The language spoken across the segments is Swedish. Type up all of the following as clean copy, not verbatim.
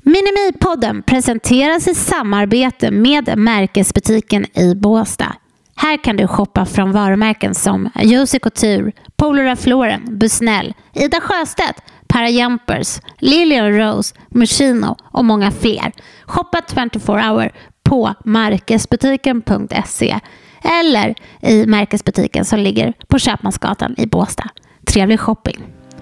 Minimi-podden presenteras i samarbete med Märkesbutiken i Båstad. Här kan du shoppa från varumärken som Josie Couture, Polo Ralph Lauren, Busnell, Ida Sjöstedt, Para Jumpers, Lilian Rose, Mushino och många fler. Shoppa 24 hour på markesbutiken.se eller i Märkesbutiken som ligger på Köpmansgatan i Båstad. Trevlig shopping!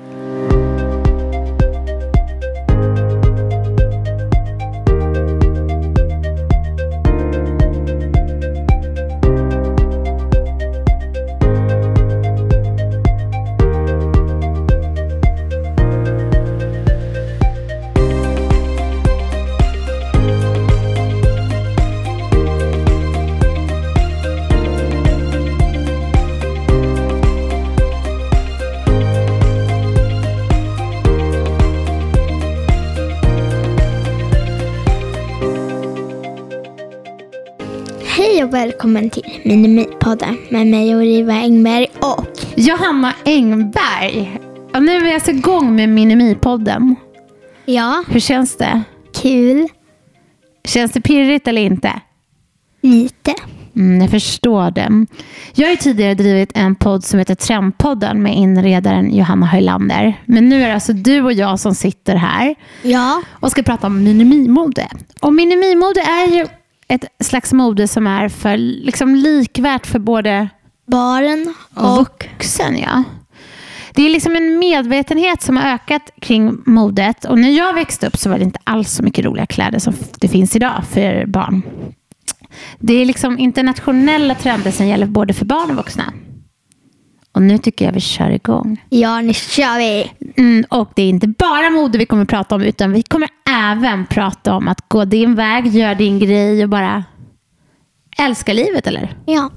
Hej och välkommen till Minimi-podden med mig Olivia Engberg och Johanna Engberg. Och nu är jag så igång med Minimi-podden. Ja. Hur känns det? Kul. Känns det pirrigt eller inte? Lite. Jag förstår det. Jag har ju tidigare drivit en podd som heter Trendpodden med inredaren Johanna Höjlander. Men nu är det alltså du och jag som sitter här. Ja. Och ska prata om minimimode. Och minimimode är ju ett slags mode som är för liksom likvärt för både barn och vuxen, ja. Det är liksom en medvetenhet som har ökat kring modet. Och när jag växte upp så var det inte alls så mycket roliga kläder som det finns idag för barn. Det är liksom internationella trender som gäller både för barn och vuxna. Och nu tycker jag vi kör igång. Ja, nu kör vi. Och det är inte bara mode vi kommer att prata om, utan vi kommer även prata om att gå din väg, göra din grej och bara älska livet, eller? Ja.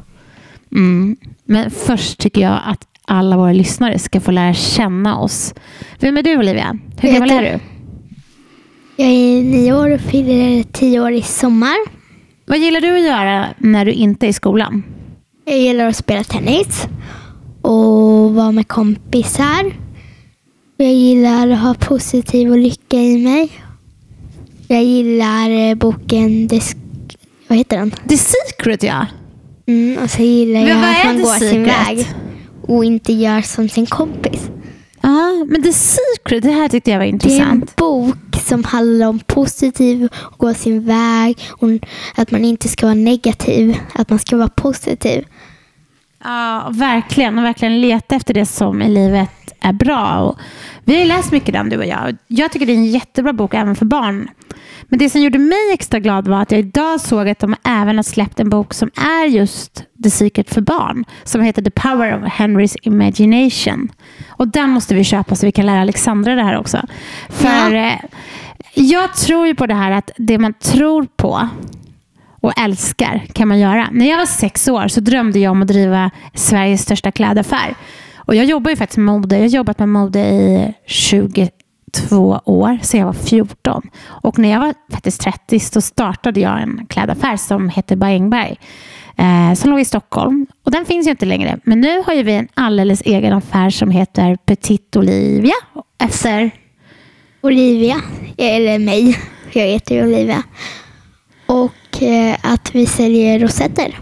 Men först tycker jag att alla våra lyssnare ska få lära känna oss. Vem är du, Olivia? Hur gammal är du? Jag är 9 år och fyller 10 år i sommar. Vad gillar du att göra när du inte är i skolan? Jag gillar att spela tennis och vara med kompisar. Jag gillar att ha positiv och lycka i mig. Jag gillar boken vad heter den? The Secret, ja. Och så gillar jag att man går sin väg och inte gör som sin kompis. Ja, men The Secret, det här tyckte jag var intressant. Det är en bok som handlar om positiv och gå sin väg och att man inte ska vara negativ, att man ska vara positiv. Ja, verkligen. Och verkligen leta efter det som i livet är bra. Och vi har ju läst mycket den, du och jag. Jag tycker det är en jättebra bok även för barn. Men det som gjorde mig extra glad var att jag idag såg att de även har släppt en bok som är just The Secret för barn. Som heter The Power of Henry's Imagination. Och den måste vi köpa så vi kan lära Alexandra det här också. För jag tror ju på det här att det man tror på och älskar kan man göra. När jag var 6 år så drömde jag om att driva Sveriges största klädaffär. Och jag jobbar ju faktiskt med mode. Jag har jobbat med mode i 22 år, så jag var 14. Och när jag var faktiskt 30 så startade jag en klädaffär som heter By Engberg. Som låg i Stockholm. Och den finns ju inte längre. Men nu har ju vi en alldeles egen affär som heter Petit Olivia. Efter Olivia, eller mig. Jag heter ju Olivia. Och att vi säljer rosetter.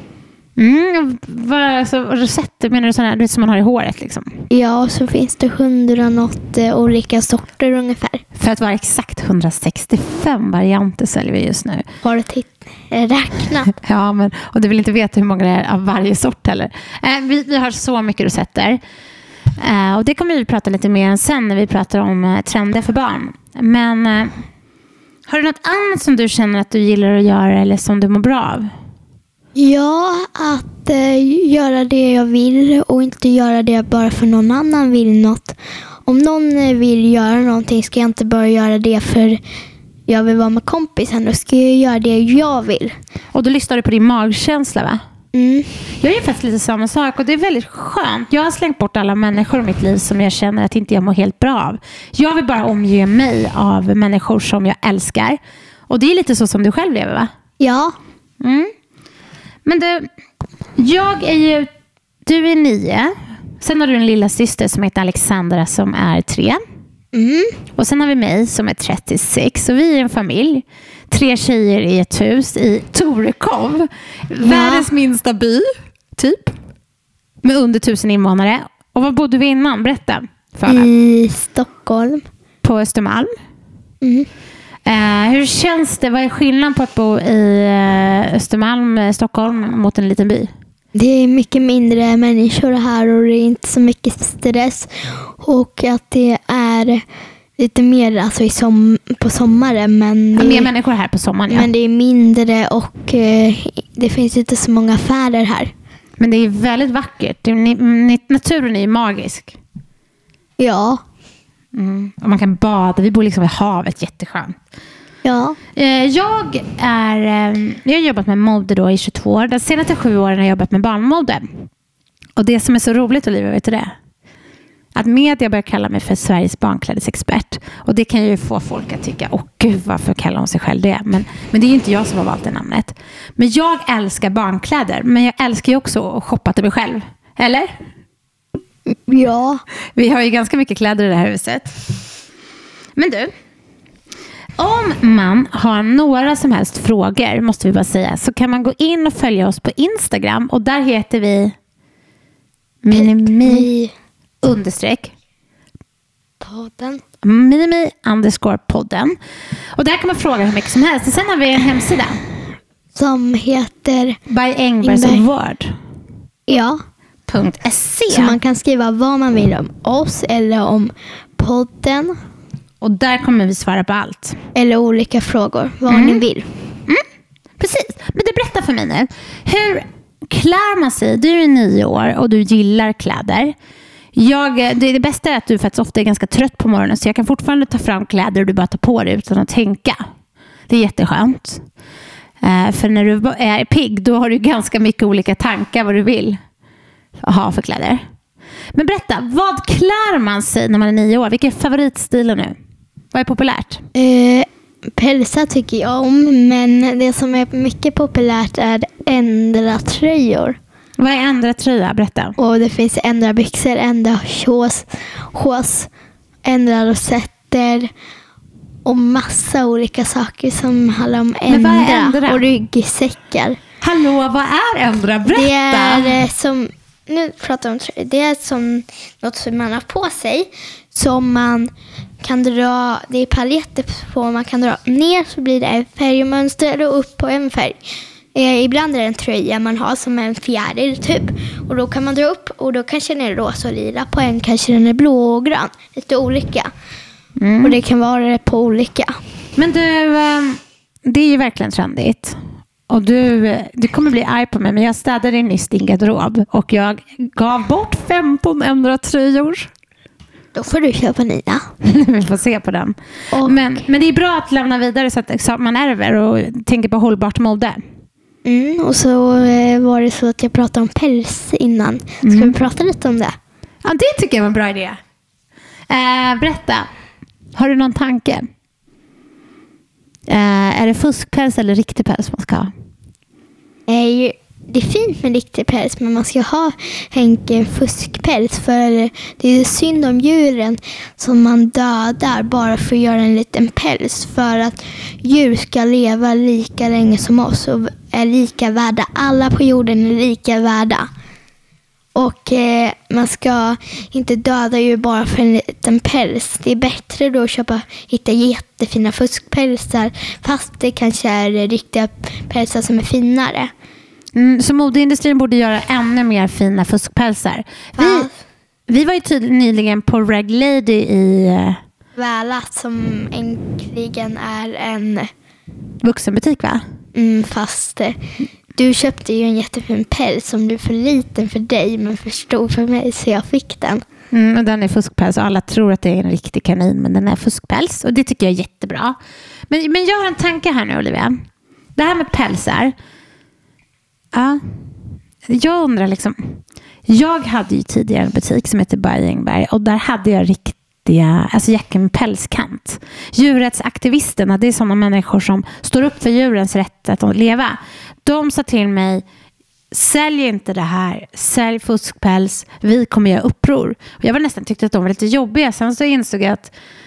Alltså, rosetter, menar du sådana här som man har i håret liksom? Ja, så finns det 108 olika sorter ungefär. För att vara exakt 165 varianter säljer vi just nu. Har du räknat? Ja, men och du vill inte veta hur många det är av varje sort heller. Vi har så mycket rosetter. Och det kommer vi prata lite mer om sen när vi pratar om trender för barn. Men har du något annat som du känner att du gillar att göra eller som du mår bra av? Ja, att göra det jag vill och inte göra det bara för någon annan vill något. Om någon vill göra någonting ska jag inte bara göra det för jag vill vara med kompisen. Då ska jag göra det jag vill. Och då lyssnar du på din magkänsla, va? Jag gör faktiskt lite samma sak och det är väldigt skönt. Jag har slängt bort alla människor i mitt liv som jag känner att inte jag mår helt bra av. Jag vill bara omge mig av människor som jag älskar. Och det är lite så som du själv lever, va? Ja. Men du är 9. Sen har du en lilla syster som heter Alexandra som är 3. Och sen har vi mig som är 36. Och vi är en familj. 3 tjejer i ett hus i Torekov. Världens minsta by, typ. Med under 1000 invånare. Och var bodde vi innan? Berätta. I Stockholm. På Östermalm. Hur känns det? Vad är skillnaden på att bo i Östermalm, Stockholm mot en liten by? Det är mycket mindre människor här och det är inte så mycket stress. Och att det är lite mer alltså på sommaren. Men det mer människor här på sommaren, ja. Men det är mindre och det finns inte så många affärer här. Men det är väldigt vackert. Naturen är ju magisk. Ja. Och man kan bada. Vi bor liksom vid havet, jätteskönt. Ja. Jag har jobbat med mode då i 22 år. De senaste 7 åren har jag jobbat med barnmode. Och det som är så roligt, Olivia, vet du det? Att media börjar kalla mig för Sveriges barnklädesexpert. Och det kan ju få folk att tycka, gud, varför kallar hon sig själv det? Men det är ju inte jag som har valt det namnet. Men jag älskar barnkläder. Men jag älskar ju också att shoppa till mig själv. Eller? Ja. Vi har ju ganska mycket kläder i det här huset. Men du, om man har några som helst frågor, måste vi bara säga, så kan man gå in och följa oss på Instagram. Och där heter vi Minimi_podden. Och där kan man fråga hur mycket som helst. Och sen har vi en hemsida som heter By Engbergs Word. Ja. .se. Så man kan skriva vad man vill om oss eller om podden. Och där kommer vi svara på allt. Eller olika frågor, vad ni vill. Precis. Men du, berättar för mig nu. Hur klär man sig? Du är 9 år och du gillar kläder. Det bästa är att du faktiskt ofta är ganska trött på morgonen. Så jag kan fortfarande ta fram kläder och du bara tar på dig utan att tänka. Det är jätteskönt. För när du är pigg, då har du ganska mycket olika tankar vad du vill ha för kläder. Men berätta, vad klär man sig när man är 9 år? Vilka är favoritstilen nu? Vad är populärt? Pälsar tycker jag om, men det som är mycket populärt är ändra tröjor. Vad är ändra tröja? Berätta. Och det finns ändra byxor, ändra shorts, ändra rosetter och massa olika saker som handlar om ändra och ryggsäckar. Hallå, vad är ändra? Berätta. Det är som, nu pratar om tröjor, det är som något som man har på sig som man kan dra, det är paljetter på, man kan dra ner så blir det en färgmönster och upp på en färg. Ibland är det en tröja man har som en fjäril typ. Och då kan man dra upp och då kanske den är rosa och lila. På en kanske den är blå och grön. Lite olika. Och det kan vara på olika. Men du, det är ju verkligen trendigt. Och du kommer bli arg på mig, men jag städade nyss din garderob. Och jag gav bort 15 ändra tröjor. Då får du köpa nya. Vi får se på den. Men det är bra att lämna vidare så att man ärver och tänker på hållbart mode. Och så var det så att jag pratade om päls innan. Ska vi prata lite om det? Ja, det tycker jag var en bra idé. Berätta. Har du någon tanke? Är det fuskpäls eller riktig päls man ska ha? Det är fint med riktig päls, men man ska ha en fuskpäls, för det är synd om djuren som man dödar bara för att göra en liten päls, för att djur ska leva lika länge som oss och är lika värda. Alla på jorden är lika värda. Och man ska inte döda djur bara för en liten päls. Det är bättre då att hitta jättefina fuskpälsar, fast det kanske är riktiga pälsar som är finare. Så modeindustrin borde göra ännu mer fina fuskpälsar. Vi var ju nyligen på Reg Lady i Väla, som äntligen är en vuxenbutik, va? Fast du köpte ju en jättefin päls som du för liten för dig men för stor för mig, så jag fick den. Och den är fuskpäls och alla tror att det är en riktig kanin, men den är fuskpäls och det tycker jag är jättebra. Men jag har en tanke här nu, Olivia. Det här med pälsar. Ja, jag undrar liksom. Jag hade ju tidigare en butik som heter By Engberg och där hade jag jackor med pälskant. Djurrättsaktivisterna, det är sådana människor som står upp för djurens rätt att leva. De sa till mig, sälj inte det här, sälj fuskpäls, vi kommer göra uppror. Och jag var nästan tyckte att de var lite jobbiga. Sen så insåg jag att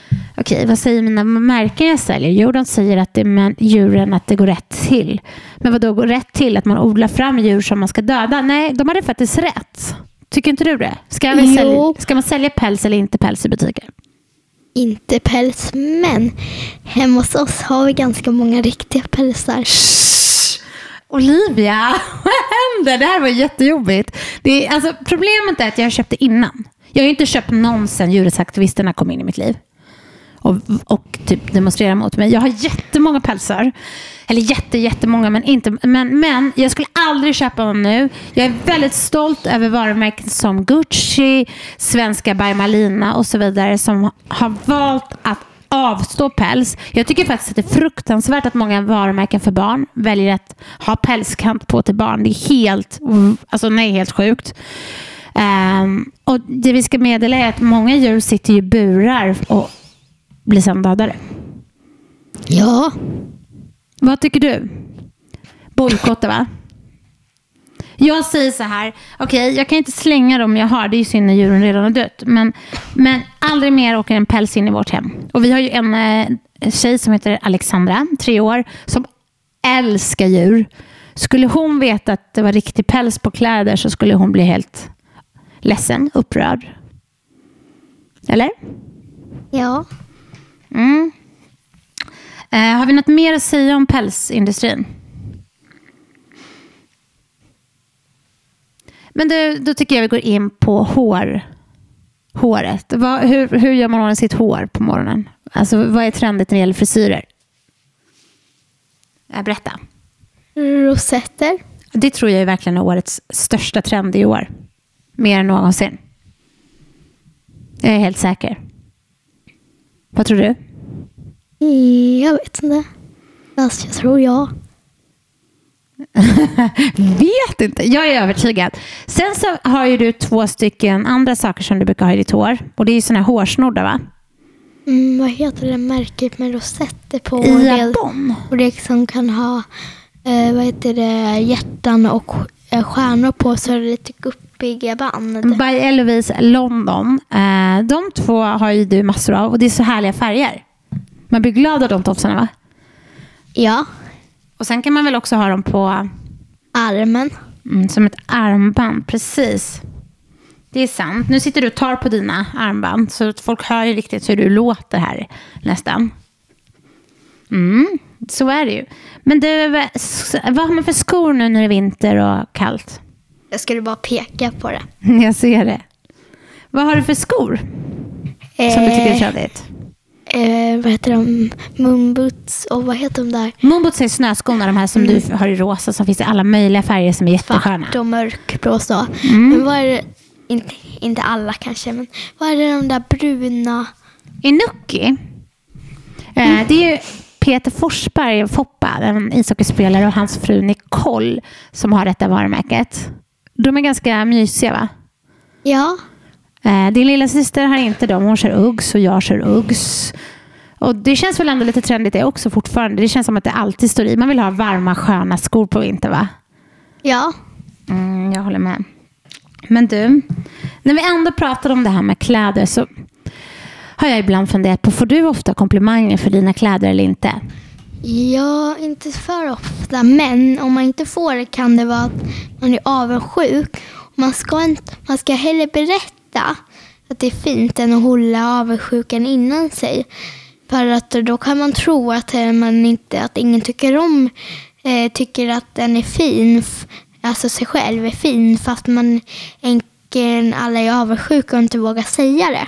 Okej, vad säger mina märken jag säljer? Jo, de säger att det är djuren att det går rätt till. Men vad då går rätt till? Att man odlar fram djur som man ska döda? Nej, de hade faktiskt rätt. Tycker inte du det? Ska man sälja päls eller inte päls i butiker? Inte päls, men hemma hos oss har vi ganska många riktiga pälsar. Olivia, vad händer? Det här var jättejobbigt. Problemet är att jag köpte innan. Jag har inte köpt någon sen djurrättsaktivisterna kom in i mitt liv. Och typ demonstrera mot mig. Jag har jättemånga pälsar. Eller jättemånga, men jag skulle aldrig köpa dem nu. Jag är väldigt stolt över varumärken som Gucci, svenska Bergmalina och så vidare som har valt att avstå päls. Jag tycker faktiskt att det är fruktansvärt att många varumärken för barn väljer att ha pälskant på till barn. Det är helt sjukt. Och det vi ska meddela är att många djur sitter i burar och blir sedan dödade. Ja. Vad tycker du? Bojkotta, va? Jag säger så här. Okej, jag kan inte slänga dem jag har. Det är ju synd när djuren redan har dött. Men aldrig mer åker en päls in i vårt hem. Och vi har ju en tjej som heter Alexandra, 3 år, som älskar djur. Skulle hon veta att det var riktig päls på kläder så skulle hon bli helt ledsen, upprörd. Eller? Ja. Har vi något mer att säga om pälsindustrin? Men då tycker jag vi går in på håret. Hur gör man sitt hår på morgonen? Alltså, vad är trendigt när det gäller frisyrer? Berätta. Rosetter. Det tror jag är verkligen årets största trend i år. Mer än någonsin. Jag är helt säker. Vad tror du? Jag vet inte. Fast jag tror jag. Vet inte. Jag är övertygad. Sen så har ju du 2 stycken andra saker som du brukar ha i ditt hår. Och det är ju såna här hårsnoddar, va? Vad heter det märket med rosetter på? Iabon. Och det som kan ha hjärtan och stjärnor på, så är det lite guppiga band. By Eloise London. De 2 har ju du massor av. Och det är så härliga färger. Man blir glad av de tofsarna, va? Ja. Och sen kan man väl också ha dem på armen. Som ett armband, precis. Det är sant. Nu sitter du och tar på dina armband så att folk hör ju riktigt hur du låter här nästan. Så är det ju. Men du, vad har man för skor nu när det är vinter och kallt? Jag skulle bara peka på det. Jag ser det. Vad har du för skor som du tycker är trendigt? Vad heter de? Moonboots och vad heter de där? Moonboots är snöskorna, de här som du har i rosa, som finns i alla möjliga färger som är jättesköna. Svart och mörkblå så. Men vad är det? Inte alla kanske, men vad är det de där bruna? Inuki. Det är ju Peter Forsberg, Foppa, en ishockeyspelare, och hans fru Nicole som har detta varumärket. De är ganska mysiga, va? Ja. Din lilla syster har inte dem. Hon kör Uggs och jag kör Uggs. Och det känns väl ändå lite trendigt det också fortfarande. Det känns som att det alltid står i. Man vill ha varma, sköna skor på vinter, va? Ja. Jag håller med. Men du, när vi ändå pratar om det här med kläder så har jag ibland funderat på, får du ofta komplimanger för dina kläder eller inte? Ja, inte för ofta. Men om man inte får det kan det vara att man är avundsjuk. Man ska hellre berätta att det är fint än att hålla avundsjukan innan sig. För att då kan man tro att att ingen tycker att den är fin. Alltså sig själv är fin, fast man alla är avundsjuka och inte vågar säga det.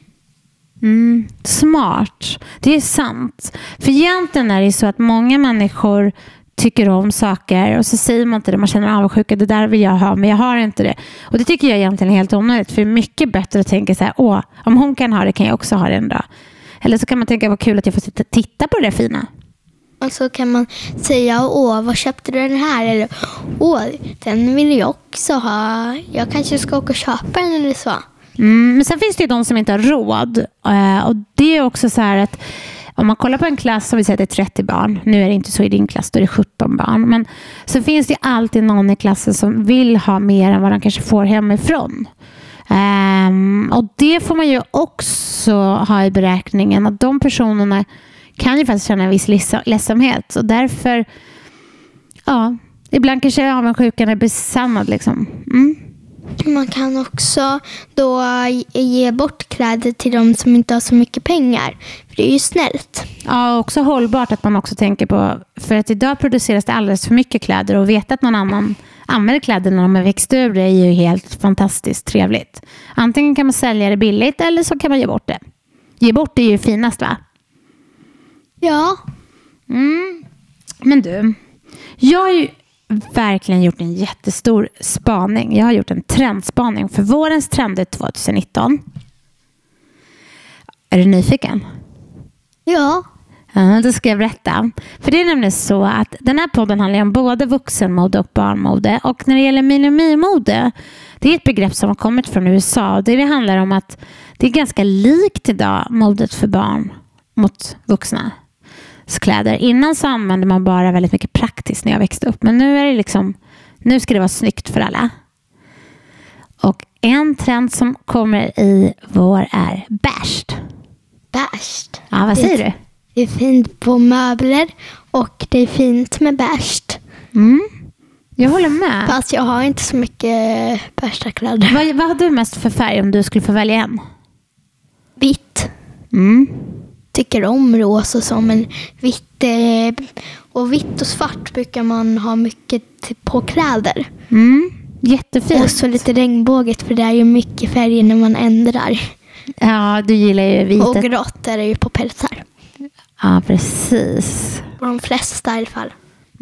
Smart. Det är sant. För egentligen är det så att många människor tycker om saker och så säger man inte det, man känner avundsjuka, det där vill jag ha men jag har inte det. Och det tycker jag egentligen är helt onödigt, för det är mycket bättre att tänka så här, om hon kan ha det kan jag också ha det en dag. Eller så kan man tänka, vad kul att jag får titta på det där fina. Och så kan man säga, vad köpte du den här? Eller, den vill jag också ha. Jag kanske ska åka och köpa den eller så. Men sen finns det ju de som inte har råd. Och det är också så här att om man kollar på en klass som vi säger att det är 30 barn. Nu är det inte så i din klass, då är det 17 barn. Men så finns det alltid någon i klassen som vill ha mer än vad de kanske får hemifrån. Och det får man ju också ha i beräkningen, att de personerna kan ju faktiskt känna en viss ledsamhet. Och därför, ja, ibland kanske avundsjukan är besannad liksom. Man kan också då ge bort kläder till de som inte har så mycket pengar. För det är ju snällt. Ja, också hållbart att man också tänker på, för att idag produceras det alldeles för mycket kläder, och veta att någon annan använder kläder när de är växt ur det är ju helt fantastiskt trevligt. Antingen kan man sälja det billigt eller så kan man ge bort det. Ge bort det är ju finast, va? Ja. Men du, jag har ju verkligen gjort en jättestor spaning. Jag har gjort en trendspaning för vårens trender 2019. Är du nyfiken? Ja. Ja, då ska jag berätta. För det är nämligen så att den här podden handlar om både vuxenmode och barnmode. Och när det gäller minimimode, det är ett begrepp som har kommit från USA. Och det handlar om att det är ganska likt idag modet för barn mot vuxna kläder. Innan så använde man bara väldigt mycket praktiskt när jag växte upp. Men nu är det liksom, nu ska det vara snyggt för alla. Och en trend som kommer i vår är beige. Beige. Ja, vad säger du? Det är fint på möbler och det är fint med beige. Jag håller med. Fast jag har inte så mycket beige kläder. Vad har du mest för färg om du skulle få välja en? Vitt. Tycker om rosa och så, men vitt och svart brukar man ha mycket på kläder. Jättefint. Och så lite regnbåget, för det är ju mycket färger när man ändrar. Ja, du gillar ju vita. Och grått är det ju på pälsar. Ja, precis. På de flesta i alla fall.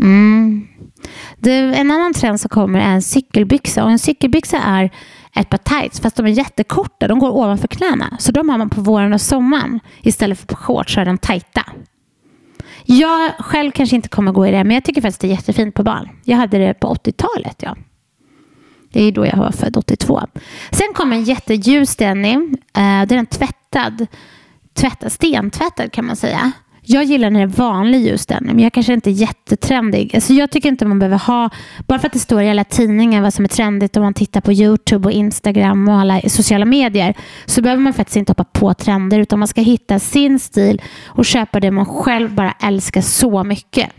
En annan trend som kommer är en cykelbyxa. Och en cykelbyxa är ett par tights, fast de är jättekorta. De går ovanför knäna. Så de har man på våren och sommaren. Istället för på shorts så är de tajta. Jag själv kanske inte kommer gå i det, men jag tycker faktiskt det är jättefint på barn. Jag hade det på 80-talet, ja. Det är då jag var född 82. Sen kommer en jätteljus denim. Det är en stentvättad kan man säga. Jag gillar när det är vanlig ljus denim, men jag kanske inte är jättetrendig. Alltså jag tycker inte man behöver ha, bara för att det står i alla tidningar vad som är trendigt, om man tittar på YouTube och Instagram och alla sociala medier, så behöver man faktiskt inte hoppa på trender, utan man ska hitta sin stil och köpa det man själv bara älskar så mycket.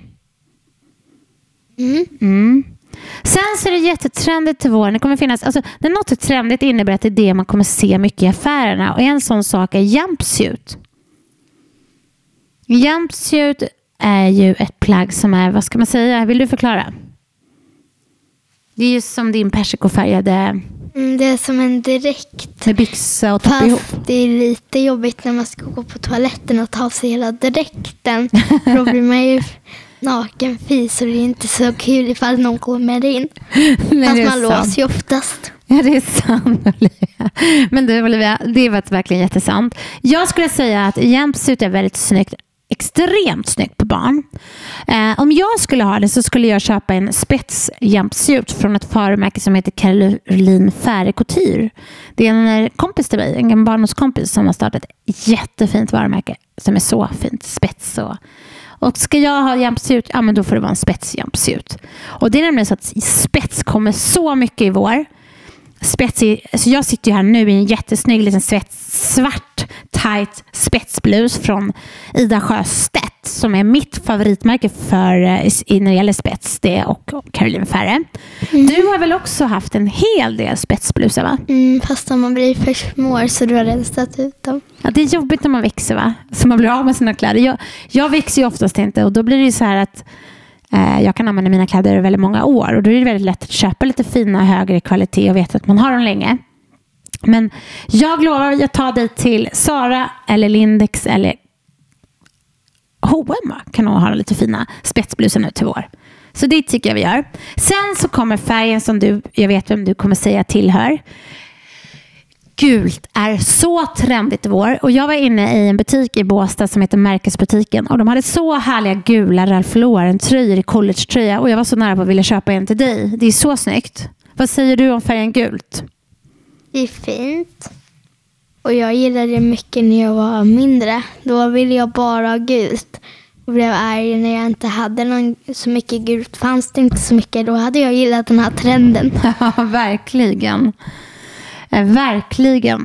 Sen så är det jättetrendigt till våren. Det kommer finnas, alltså, när något är trendigt innebär att det är det man kommer se mycket i affärerna. Och en sån sak är jumpsuit. Jumpsuit är ju ett plagg som är, vad ska man säga? Vill du förklara? Det är ju som din persikofärgade... Det är som en dräkt. Med byxa och topp ihop. Det är lite jobbigt när man ska gå på toaletten och ta av sig hela dräkten. Då blir man ju naken fis, och det är inte så kul ifall någon kommer in. Fast man låser ju oftast. Ja, det är sant, Olivia. Men du, Olivia, det var verkligen jättesant. Jag skulle säga att jumpsuit är väldigt snyggt. Extremt snyggt på barn. Om jag skulle ha det så skulle jag köpa en spets jumpsuit från ett varumärke som heter Caroline Färre Couture. Det är en kompis till mig, en barndomskompis, som har startat ett jättefint varumärke som är så fint, spets och ska jag ha jumpsuit, ja men då får det vara en spets jumpsuit. Och det är nämligen så att spets kommer så mycket i vår. Så jag sitter ju här nu i en jättesnygg liten svart tight spetsblus från Ida Sjöstedt, som är mitt favoritmärke för när det gäller spets, det och Caroline Färre. Du har väl också haft en hel del spetsblusar, va? Fast om man blir för små så du har rensat ut dem. Ja, det är jobbigt när man växer, va? Så man blir av med sina kläder. Jag växer ju oftast inte, och då blir det ju så här att jag kan använda mina kläder i väldigt många år, och då är det väldigt lätt att köpa lite fina högre kvalitet och veta att man har dem länge. Men jag lovar, jag tar dig till Zara eller Lindex eller H&M, kan nog ha lite fina spetsblusar nu till vår. Så det tycker jag vi gör. Sen så kommer färgen som jag vet vem du kommer säga tillhör. Gult är så trendigt i vår. Och jag var inne i en butik i Båstad som heter Märkesbutiken. Och de hade så härliga gula Ralph Lauren-tröjor i college-tröja. Och jag var så nära på att vilja köpa en till dig. Det är så snyggt. Vad säger du om färgen gult? Det är fint. Och jag gillade det mycket när jag var mindre. Då ville jag bara ha gult. Och blev arg när jag inte hade så mycket gult. Fanns det inte så mycket, då hade jag gillat den här trenden. Ja, verkligen. Verkligen.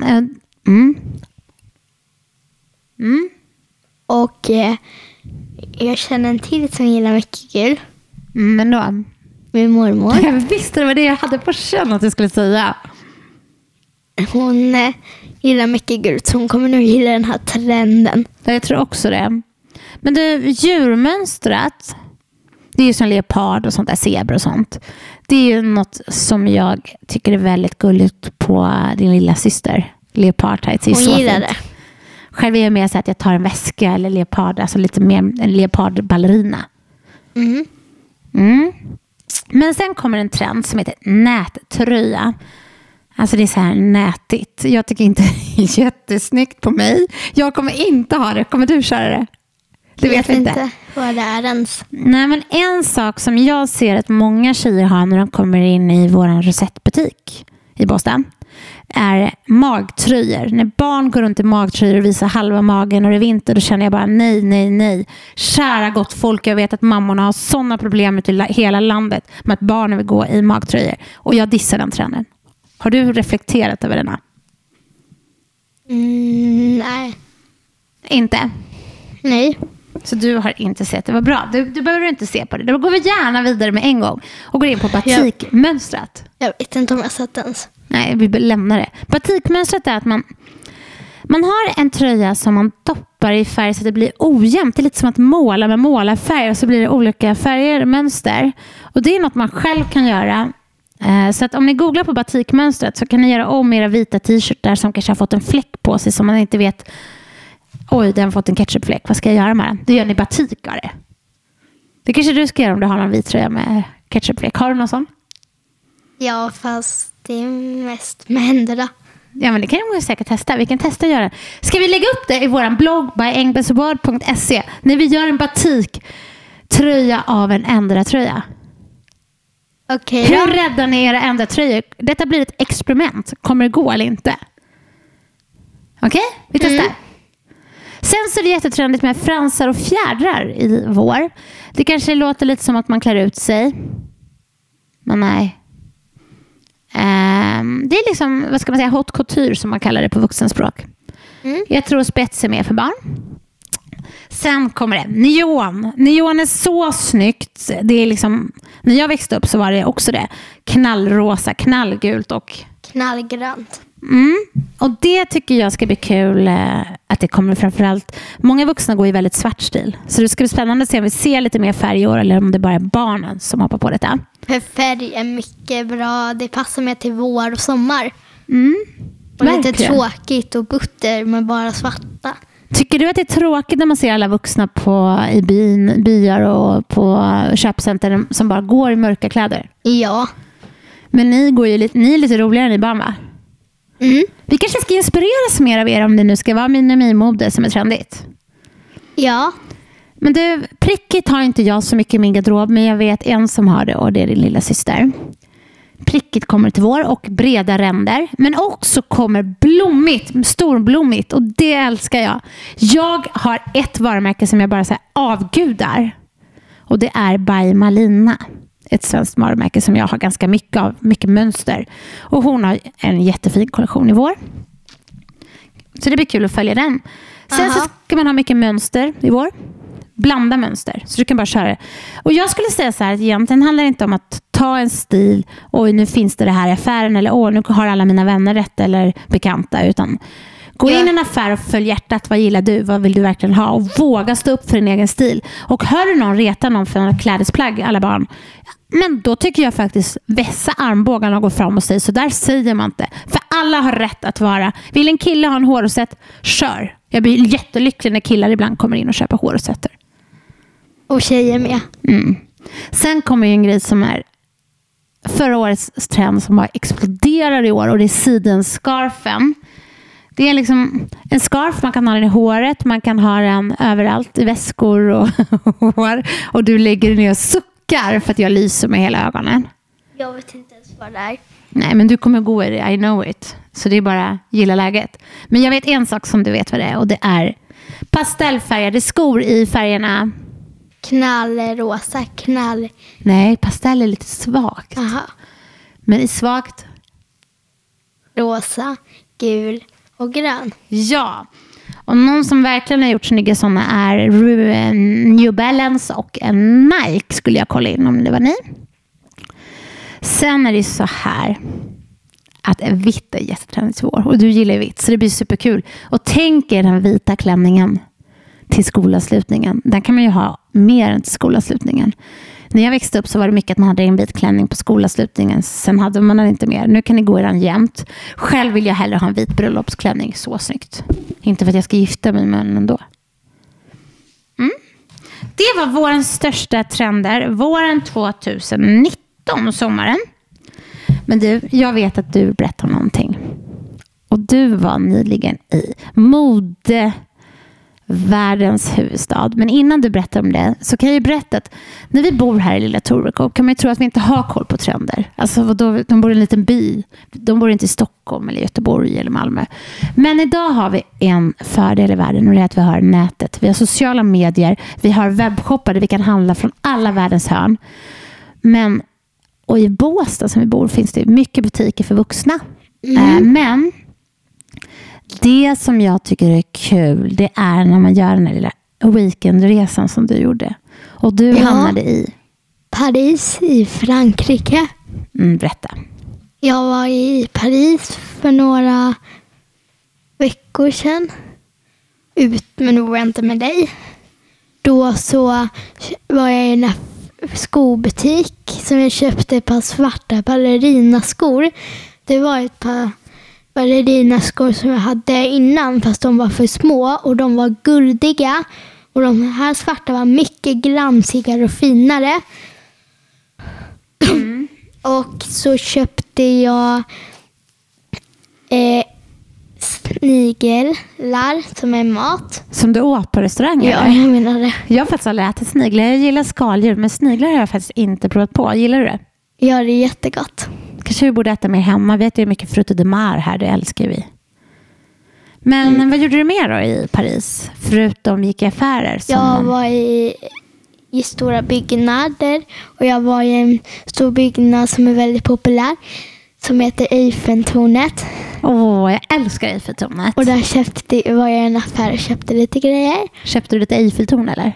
Och jag känner en till som gillar mycket gul. Men då? Min mormor. Jag visste det var det jag hade på känn att du skulle säga. Hon gillar mycket gult, så hon kommer nog gilla den här trenden. Jag tror också det. Men det djurmönstret, det är ju som leopard och sånt där, zebra och sånt. Det är ju något som jag tycker är väldigt gulligt på din lilla syster. Leopard tights. Hon gillar det. Själv är jag mer så att jag tar en väska eller leopard, alltså lite mer en leopardballerina. Men sen kommer en trend som heter nättröja. Alltså det är så här nätigt. Jag tycker inte det är jättesnyggt på mig. Jag kommer inte ha det. Kommer du köra det? Det vet jag inte vad det är ens. Nej, men en sak som jag ser att många tjejer har när de kommer in i våran Rosettbutik i Båstad är magtröjor. När barn går runt i magtröjor och visar halva magen och det är vinter, då känner jag bara nej. Kära gott folk, jag vet att mammorna har sådana problem i hela landet med att barnen vill gå i magtröjor. Och jag dissar den trenden. Har du reflekterat över denna? Nej. Inte? Nej. Så du har inte sett det. Var bra. Du behöver inte se på det. Då går vi gärna vidare med en gång och går in på batikmönstret. Jag vet inte om jag har sett ens. Nej, vi lämnar det. Batikmönstret är att man har en tröja som man doppar i färg så att det blir ojämnt. Det är lite som att måla med målarfärg och så blir det olika färger, mönster. Och det är något man själv kan göra. Så att om ni googlar på batikmönstret så kan ni göra om era vita t-shirtar som kanske har fått en fläck på sig som man inte vet. Oj, den har fått en ketchupfläck. Vad ska jag göra med den? Då gör ni batik av det. Det kanske du ska göra om du har någon vit tröja med ketchupfläck. Har du någon sån? Ja, fast det är mest med händerna. Ja, men det kan vi säkert testa. Vi kan testa att göra. Ska vi lägga upp det i våran blogg by engbensword.se när vi gör en batiktröja av en ändra-tröja? Okej. Hur räddar ni era ändra-tröjor? Detta blir ett experiment. Kommer det gå eller inte? Okej? Vi testar. Sen så är det jättetrendigt med fransar och fjädrar i vår. Det kanske låter lite som att man klär ut sig. Men nej. Det är liksom, vad ska man säga, haute couture som man kallar det på vuxenspråk. Jag tror spets är mer för barn. Sen kommer det neon. Neon är så snyggt. Det är liksom, när jag växte upp så var det också det. Knallrosa, knallgult och knallgrönt. Och det tycker jag ska bli kul att det kommer framförallt. Många vuxna går i väldigt svart stil. Så det ska bli spännande att se om vi ser lite mer färg i år eller om det bara är barnen som hoppar på detta. För färg är mycket bra. Det passar med till vår och sommar. Och Verkligen. lite tråkigt och butter med bara svarta. Tycker du att det är tråkigt när man ser alla vuxna i byar och på köpcenter som bara går i mörka kläder? Ja. Men ni är lite roligare än ni barn, va? Vi kanske ska inspireras mer av er om det nu ska vara minimimode som är trendigt. Ja. Men du, prickigt har inte jag så mycket i min garderob, men jag vet en som har det och det är din lilla syster. Prickigt kommer till vår och breda ränder, men också kommer blommigt, storblommigt, och det älskar jag. Jag har ett varumärke som jag bara så här avgudar, och det är By Malina. Ett svenskt varumärke som jag har ganska mycket av, mycket mönster. Och hon har en jättefin kollektion i vår. Så det blir kul att följa den. Sen så ska man ha mycket mönster i vår. Blanda mönster. Så du kan bara köra det. Och jag skulle säga så här att egentligen handlar det inte om att ta en stil. Oj, nu finns det här i affären. Eller nu har alla mina vänner rätt eller bekanta. Utan gå in i en affär och följ hjärtat. Vad gillar du? Vad vill du verkligen ha? Och våga stå upp för din egen stil. Och hör du någon reta någon för en klädesplagg, alla barn. Men då tycker jag faktiskt vässa armbågarna och gå fram och säga så där säger man inte. För alla har rätt att vara. Vill en kille ha en hårrosett? Kör. Jag blir jättelycklig när killar ibland kommer in och köper hårrosetter. Och tjejer med. Sen kommer ju en grej som är förra årets trend som bara exploderar i år, och det är sidenscarfen. Det är liksom en scarf, man kan ha den i håret, man kan ha den överallt i väskor och hår, och du lägger ner och suckar för att jag lyser med hela ögonen. Jag vet inte ens vad det är. Nej, men du kommer gå i det, I know it. Så det är bara gilla läget. Men jag vet en sak som du vet vad det är, och det är pastellfärgade skor i färgerna. Knallrosa, knall. Nej, pastell är lite svagt. Aha. Men i svagt rosa, gul och grön. Ja, och någon som verkligen har gjort snygga sådana är New Balance och Nike, skulle jag kolla in om det var ni. Sen är det så här att vitt är jättetrendigt i år och du gillar vitt, så det blir superkul. Och tänk er den vita klänningen till skolavslutningen. Den kan man ju ha mer än till skolavslutningen. När jag växte upp så var det mycket att man hade en vit klänning på skolavslutningen. Sen hade man den inte mer. Nu kan ni gå i den jämt. Själv vill jag hellre ha en vit bröllopsklänning. Så snyggt. Inte för att jag ska gifta mig, men ändå. Det var vårens största trender. Våren 2019, sommaren. Men du, jag vet att du berättar någonting. Och du var nyligen i modevärldens huvudstad. Men innan du berättar om det så kan jag ju berätta att när vi bor här i lilla Torekov kan man ju tro att vi inte har koll på trender. Alltså de bor i en liten by. De bor inte i Stockholm eller Göteborg eller Malmö. Men idag har vi en fördel i världen och det är att vi har nätet. Vi har sociala medier. Vi har webbshoppar där vi kan handla från alla världens hörn. Och i Båstad som vi bor finns det mycket butiker för vuxna. Men det som jag tycker är kul, det är när man gör den här lilla weekendresan som du gjorde. Och du hamnade i Paris i Frankrike. Berätta. Jag var i Paris för några veckor sedan. Men då var jag inte med dig. Då så var jag i en skobutik som jag köpte ett par svarta ballerinaskor. Det var ett par ballerinaskor som jag hade innan, fast de var för små och de var guldiga. Och de här svarta var mycket glansigare och finare. Och så köpte jag sniglar som är mat. Som du åt på restaurangen? Ja, jag menar det. Jag har faktiskt aldrig ätit sniglar. Jag gillar skaldjur, men sniglar har jag faktiskt inte provat på. Gillar du det? Ja, det är jättegott. Kanske vi borde äta mer hemma. Vi äter ju mycket frutte de mar här, det älskar vi. Men vad gjorde du mer då i Paris? Förutom gick i affärer? Jag var i stora byggnader. Och jag var i en stor byggnad som är väldigt populär. Som heter Eiffeltornet. Jag älskar Eiffeltornet. Och där var jag i en affär och köpte lite grejer. Köpte du lite Eiffeltorn eller?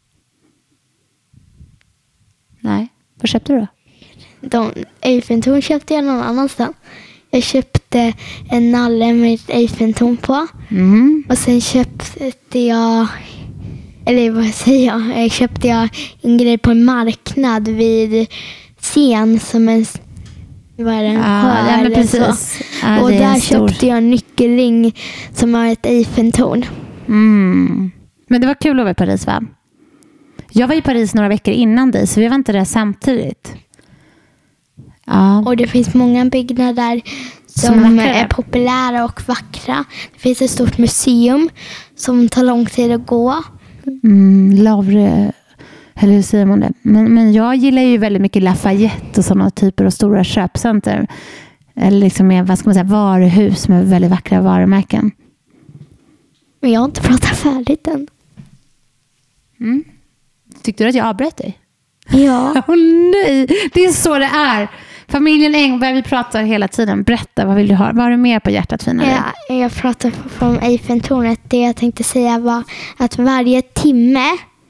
Nej, vad köpte du då? Eiffeltorn köpte jag någon annanstans. Jag köpte en nalle med ett Eiffeltorn på. Och sen köpte jag... Eller vad säger jag? Köpte jag en grej på en marknad vid scen som en... Vad är det? Ja, men precis. Ja, och där köpte jag en nyckelring som har ett Eiffeltorn. Men det var kul att vara i Paris, va? Jag var i Paris några veckor innan dig, så vi var inte där samtidigt. Ja. Och det finns många byggnader som är populära och vackra. Det finns ett stort museum som tar lång tid att gå. Louvre, eller hur säger man det? Men jag gillar ju väldigt mycket Lafayette och sådana typer av stora köpcenter. Eller liksom med, vad ska man säga, varuhus med väldigt vackra varumärken. Men jag har inte pratat färdigt än. Tyckte du att jag avbröt dig? Ja. Nej, det är så det är. Familjen Engberg, vi pratar hela tiden. Berätta, vad vill du ha? Vad har du mer på hjärtat, fina? Jag pratar från Eiffeltornet. Det jag tänkte säga var att varje timme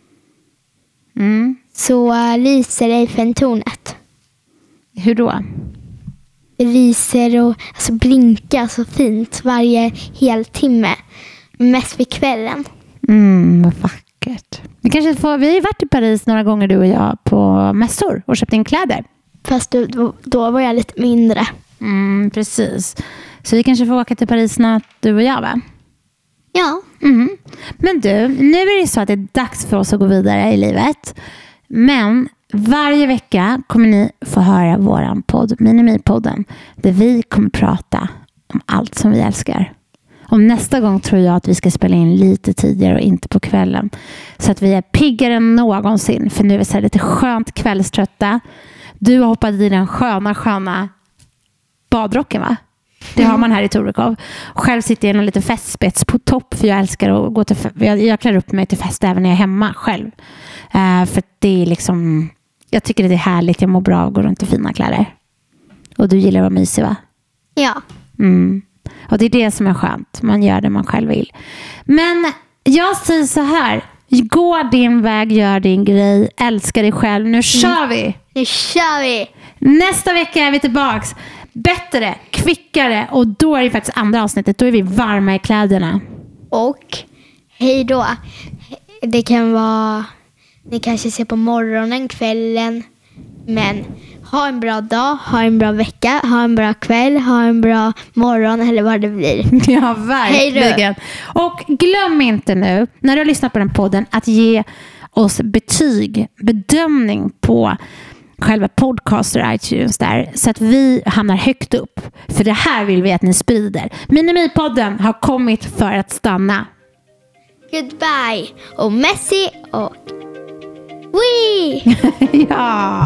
så lyser Eiffeltornet. Hur då? Det lyser och alltså blinkar så fint varje hel timme. Mest vid kvällen. Vad vackert. Vi har ju varit i Paris några gånger, du och jag, på mässor och köpt in kläder. Fast då var jag lite mindre. Precis. Så vi kanske får åka till Paris snart, du och jag, va? Ja. Men du, nu är det så att det är dags för oss att gå vidare i livet. Men varje vecka kommer ni få höra våran podd, Minimipodden, där vi kommer prata om allt som vi älskar. Och nästa gång tror jag att vi ska spela in lite tidigare och inte på kvällen. Så att vi är piggare än någonsin. För nu är vi så här lite skönt kvällströtta. Du har hoppat i den sköna badrocken, va? Det har man här i Torekov. Själv sitter jag i en liten festspets på topp. För jag älskar att gå till jag klär upp mig till fest även när jag är hemma själv. För det är liksom... Jag tycker det är härligt. Jag mår bra av att gå runt i fina kläder. Och du gillar att vara mysig, va? Ja. Och det är det som är skönt. Man gör det man själv vill. Men jag säger så här. Gå din väg, gör din grej. Älska dig själv. Nu kör vi! Nu kör vi! Nästa vecka är vi tillbaks. Bättre, kvickare. Och då är det faktiskt andra avsnittet. Då är vi varma i kläderna. Och hej då. Det kan vara... Ni kanske ser på morgonen, kvällen. Men ha en bra dag, ha en bra vecka, ha en bra kväll, ha en bra morgon eller vad det blir. Ja, verkligen. Och glöm inte nu, när du har lyssnat på den podden, att ge oss betyg, bedömning på själva podcaster iTunes där, så att vi hamnar högt upp. För det här vill vi att ni sprider. Minimipodden har kommit för att stanna. Goodbye. Och Messi och... Wee! Ja.